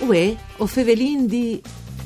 Uè, o Fevelin di...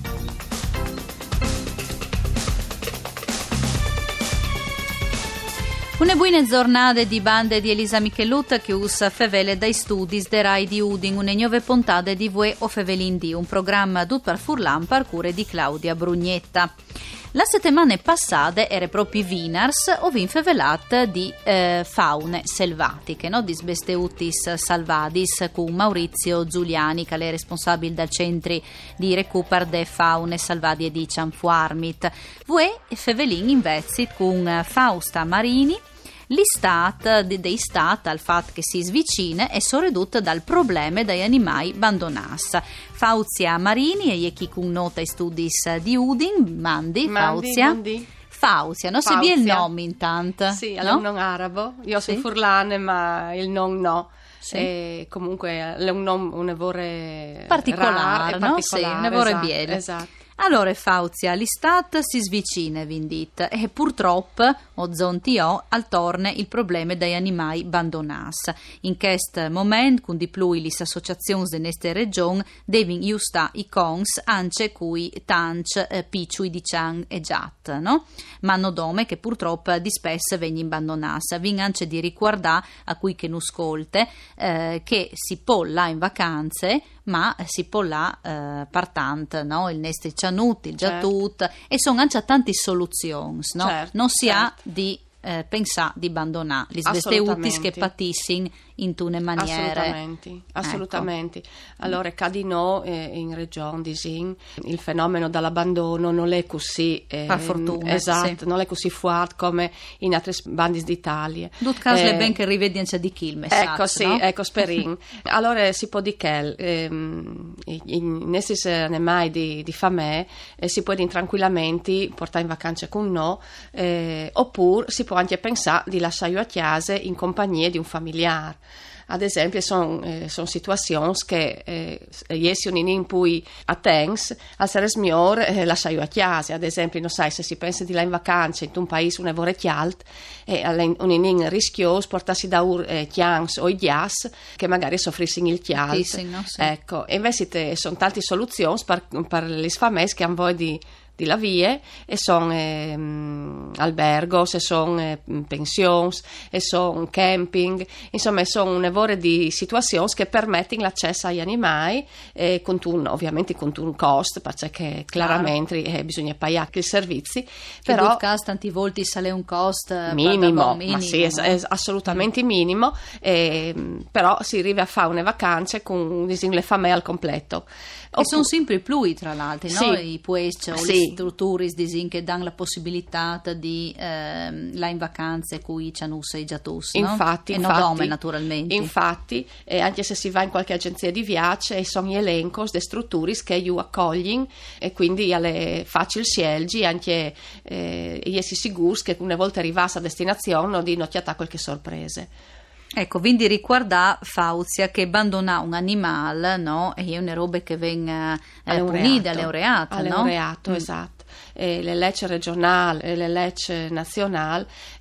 Una buona giornata di bande di Elisa Michelutta che usa fevele dai studi de Rai di Udin, una nuove puntate di Vue o Fevelin di, un programma tutto per Furlan per cure di Claudia Brugnetta. La settimana passata era proprio Vinars o vin fevelat di faune selvatiche, no? Di sbesteutis salvadis con Maurizio Giuliani, che è responsabile dal centri di recupero de faune salvadie di Cianfuarmit. Vue fevelin invece con Fausta Marini. L'istat dei stat al fatto che si svicina è sorredotta dal problema degli animali abbandonas. Fauzia Marini e chi con nota i studi di Udin, Fauzia. Fauzia, non si il nome intanto. Sì, è no? un nome arabo. Io sono Sì. furlane, ma il nome no. Sì. E comunque è un nome, un evore Particolare, raro, no? Sì, un evore biele. Esatto. Allora, Fauzia, l'istat si svicina, vindit, e purtroppo, o zontio, al torne il problema degli animali abbandonas. In questo momento, con di più le associazioni di questa regione, devono giusta i cons, anche cui tanci, picciui di cian e giat, no? Ma hanno dome che purtroppo di spesso vengono abbandonas. Vin anche di riguardare a cui che non ascolte, che si può là in vacanze, ma si può là partant, no? Il nestri cianuti, il giatut, e sono anche tanti soluzioni, no? Non si ha di pensare di abbandonare gli sbesteutis che patissin in tune maniere. Assolutamente. Ecco. Allora, cadino in regione disin il fenomeno dell'abbandono non è così per fortuna, esatto, sì. Non è così forte come in altri bandi d'Italia. Dut caso le ben che rivedianza di chi il messaggio, ecco, sì, no? ecco, sperin. Allora si può dire che in questi animali di famè si può tranquillamente portare in vacanza con noi, oppure si può anche pensare di lasciarlo a casa in compagnia di un familiare. Ad esempio, sono situazioni che essi in cui a tens al seres mior lasciarlo a casa. Ad esempio, non sai, se si pensa di là in vacanza in un paese un evore chialt un in rischioso portarsi da chians o i dias che magari soffrissin il chialt. No? Sì. Ecco, e invece sono tante soluzioni per le famiglie che hanno voglia di la vie e sono albergos e sono pensions e sono camping, insomma sono un evore di situazioni che permettono l'accesso agli animali ovviamente con un costo, perché chiaramente bisogna pagare i servizi, però in caso tanti volti sale un costo minimo, minimo, ma sì, è assolutamente minimo, però si arriva a fare una vacanza con le famiglie al completo. E sono sempre più, tra l'altro, sì. no? I puesci o le strutture che danno la possibilità di là in vacanze cui ci hanno i giatus, no? Infatti, e non dome naturalmente. Infatti, anche se si va in qualche agenzia di viaggio, sono gli elenchi delle strutture che io accoglio e quindi è facile scegliere anche si sicuri che una volta arrivata a destinazione non di notare qualche sorprese. Ecco, quindi riguarda Fauzia che abbandona un animale, no? E è una roba che viene punita, laureata, no? Laureato, esatto. Le leggi regionali e le leggi nazionali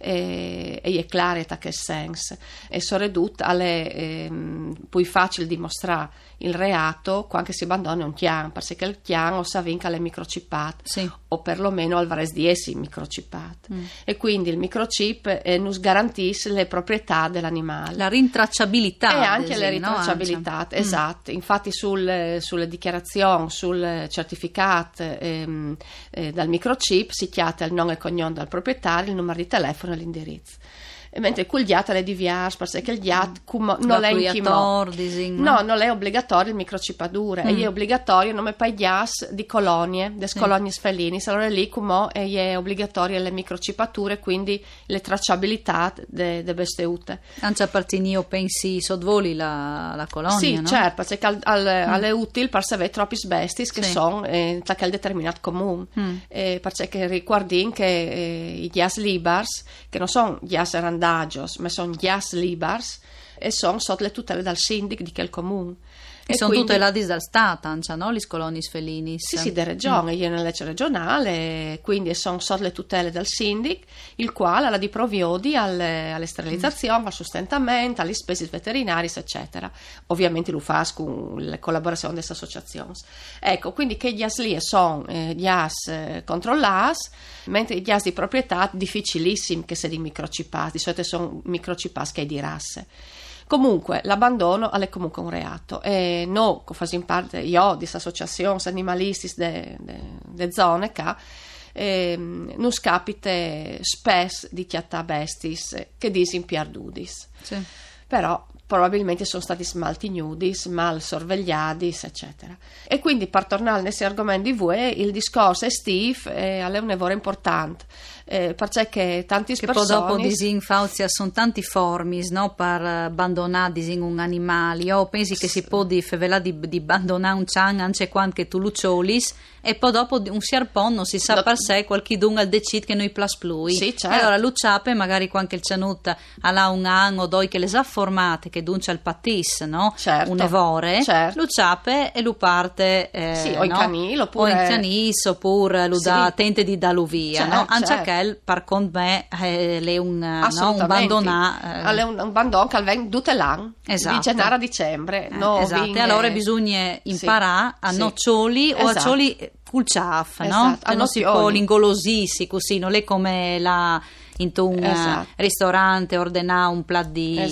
e è chiaro in che senso e soprattutto è più facile dimostrare il reato quando si abbandona un chian, perché il chian o sa vinca le microchippate, sì. O perlomeno al vares di essi microchippate e quindi il microchip nos garantisce le proprietà dell'animale, la rintracciabilità e anche le rintracciabilità, no? Esatto. Infatti sulle dichiarazioni, sul certificato dal microchip si chiama il nome e cognome del proprietario, il numero di telefono e l'indirizzo. Mentre col diat è diverso, perché il diat non è intimo. No, non è obbligatorio il microchipadura, e è obbligatorio il nome paidias di colonie, des colonie felini, allora lì è obbligatorio le microchipature, quindi le tracciabilità de besteute. Anche a partire pensi sodvoli la colonia, sì, no? certo, perché alle utili per avere troppi bestis che sono in quel determinato comune, perché riguardin che i dias libars, che non sono dias randagios, ma sono dias libars e sono sotto le tutele dal sindaco di quel comune. E sono quindi, tutte là dal Stato, no? Le colonis felinis. Sì, della regione, io nella legge regionale, quindi sono sotto le tutele del sindac, il quale ha di provvedi alle sterilizzazioni, al sostentamento, alle spese veterinarie, eccetera. Ovviamente lo fa con la collaborazione delle associazioni. Ecco, quindi che gli asli sono gli as controllati, mentre gli as di proprietà difficilissimi che se di microchippati, di solito sono microchippati che è di rasse. Comunque l'abbandono è comunque un reato e noi che facciamo parte io di associazioni animalistiche de zone che non scapite spesso di chiattà bestis che disin piardudis. Sì. Però probabilmente sono stati maltignudis, mal sorvegliati, eccetera. E quindi per tornare a questi argomenti di voi, il discorso estivo è un lavoro importante. Perché tanti persone poi dopo disin fauzia sono tanti formis, no, per abbandonare disin un animale. Io pensi che si può di abbandonare un can anche quando che tu luciolis e poi dopo un sierpon non si sa per sé qualchidun al decid che noi plas plui. Sì, certo. E allora luciape magari quando il cianut ha un anno o due che le sa formate che duncia il patis, no? Certo. Un evore, certo. Luciape e lu parte sì, o in canil oppure o in canis oppure lu da tente di dallo via, certo, no? Anche certo. Par conto me è un bandonà è un bandon che viene tutte l'anno esatto. di gennaio a dicembre esatto. E allora bisogna imparare a noccioli o a cioli culciaf, no? Esatto. Non si può l'ingolosirsi così, non è come la in un ristorante ordinare un piatto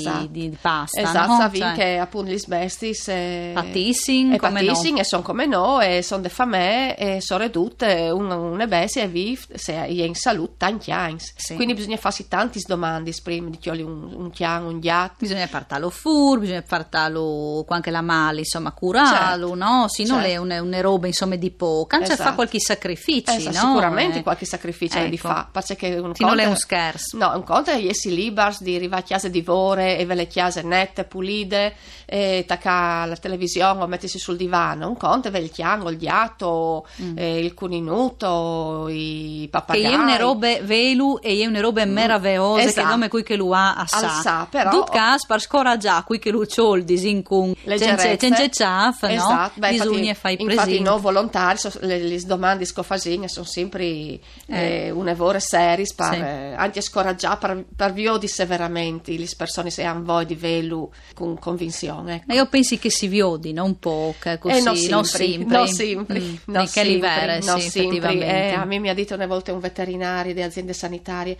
di pasta, esatto, no? Che appunto gli sbestis patissing e sono come no e sono de famè e sono ridotte un besi e vive se è in salute tanti anni, quindi bisogna farsi tanti domande prima di chioli un chian, un gatto, bisogna fartalo bisogna fartalo anche la male, insomma curarlo, certo. No? Se non è una roba insomma di poco, canc'è fa qualche sacrificio, no? Sicuramente qualche sacrificio di fa, perché non è un scherzo. No, un conto è essi libers di arrivare a chiese di vore e ve le chiese nette, pulite e tacca la televisione o mettersi sul divano. Un conto è il chiango, il ghiatto, il cuninuto, i pappagalli. Che è una roba velu e è una roba meravigliosa che nome qui che lo ha a sa. Però Dut cas per scoraggiare qui che lo c'ho il disin con cence ciaf, no? Bisogna fare presente. Infatti no volontari, le domande scofasin sono sempre un evore seris per anche scoraggiare per via di severamente le persone se hanno voglia di velu con convinzione. Ecco. Io penso che si viodino un po' così, non sempre. Non sempre. Effettivamente. A me mi ha detto una volta un veterinario di aziende sanitarie,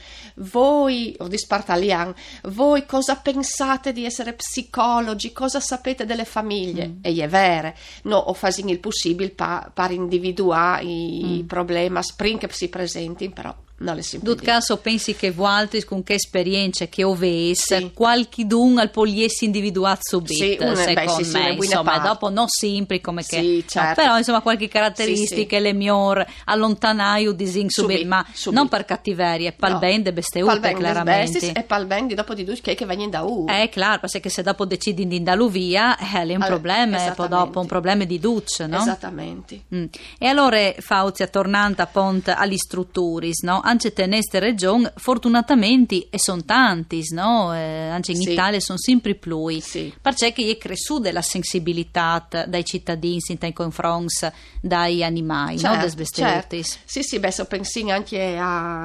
voi, o di Spartalian, voi cosa pensate di essere psicologi, cosa sapete delle famiglie? E è vero, no, o facciamo il possibile per individuare i problemi, spring che si presenti, però non le si in tutto caso pensi che voi con che esperienze che avesse qualchidun al poliessi individuato subito secondo me insomma dopo non sempre come che certo. No, però insomma qualche caratteristiche le miglior allontanaio di zing subito ma non per cattiveria per il ben de besteute chiaramente e per il ben di dopo di due che vengono da u claro perché se dopo decidi di andarlo via è un problema poi dopo un problema di duce no? Esattamente e allora Fauzia tornando appunto agli strutturis no? Anche in queste regioni fortunatamente e sono tanti no? Anche in Italia sono sempre più perché è cresciuta la sensibilità dai cittadini in confronti dai animali certo. Sì, beh, se pensi anche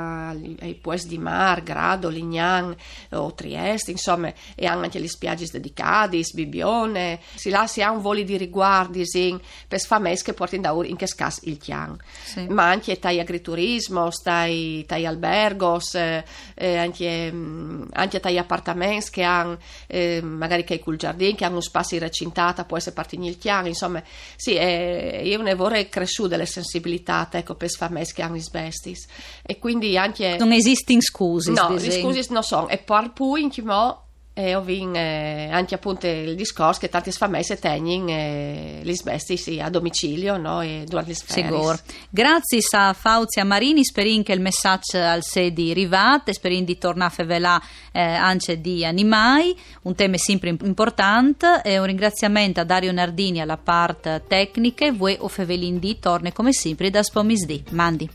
ai puesti di mare, Grado, Lignano o Trieste, insomma, e anche le spiagge dedicate, Bibione, si ha un volo di riguardi per famiglie che portano da in che scas il chian, ma anche tai agriturismo, tai albergos, anche tai appartamenti che hanno magari che col giardino, che hanno un spazio recintata, può essere partito il chian, insomma, è un evore cresciuto delle sensibilità, ecco, per famiglie che hanno i sbestis, e quindi anche non esistono scusi. No, le scusi non sono, e per cui in chimo ho vinto anche appunto il discorso che tante famiglie tengono gli sbestis a domicilio, no? E durante le ferie. Grazie a Fauzia Marini, speriamo che il messaggio al sedi arrivate, speriamo di tornare a fevelà anche di animali, un tema sempre importante, e un ringraziamento a Dario Nardini alla parte tecnica, voi o fevelindì torna come sempre da Spomisdì. Mandi.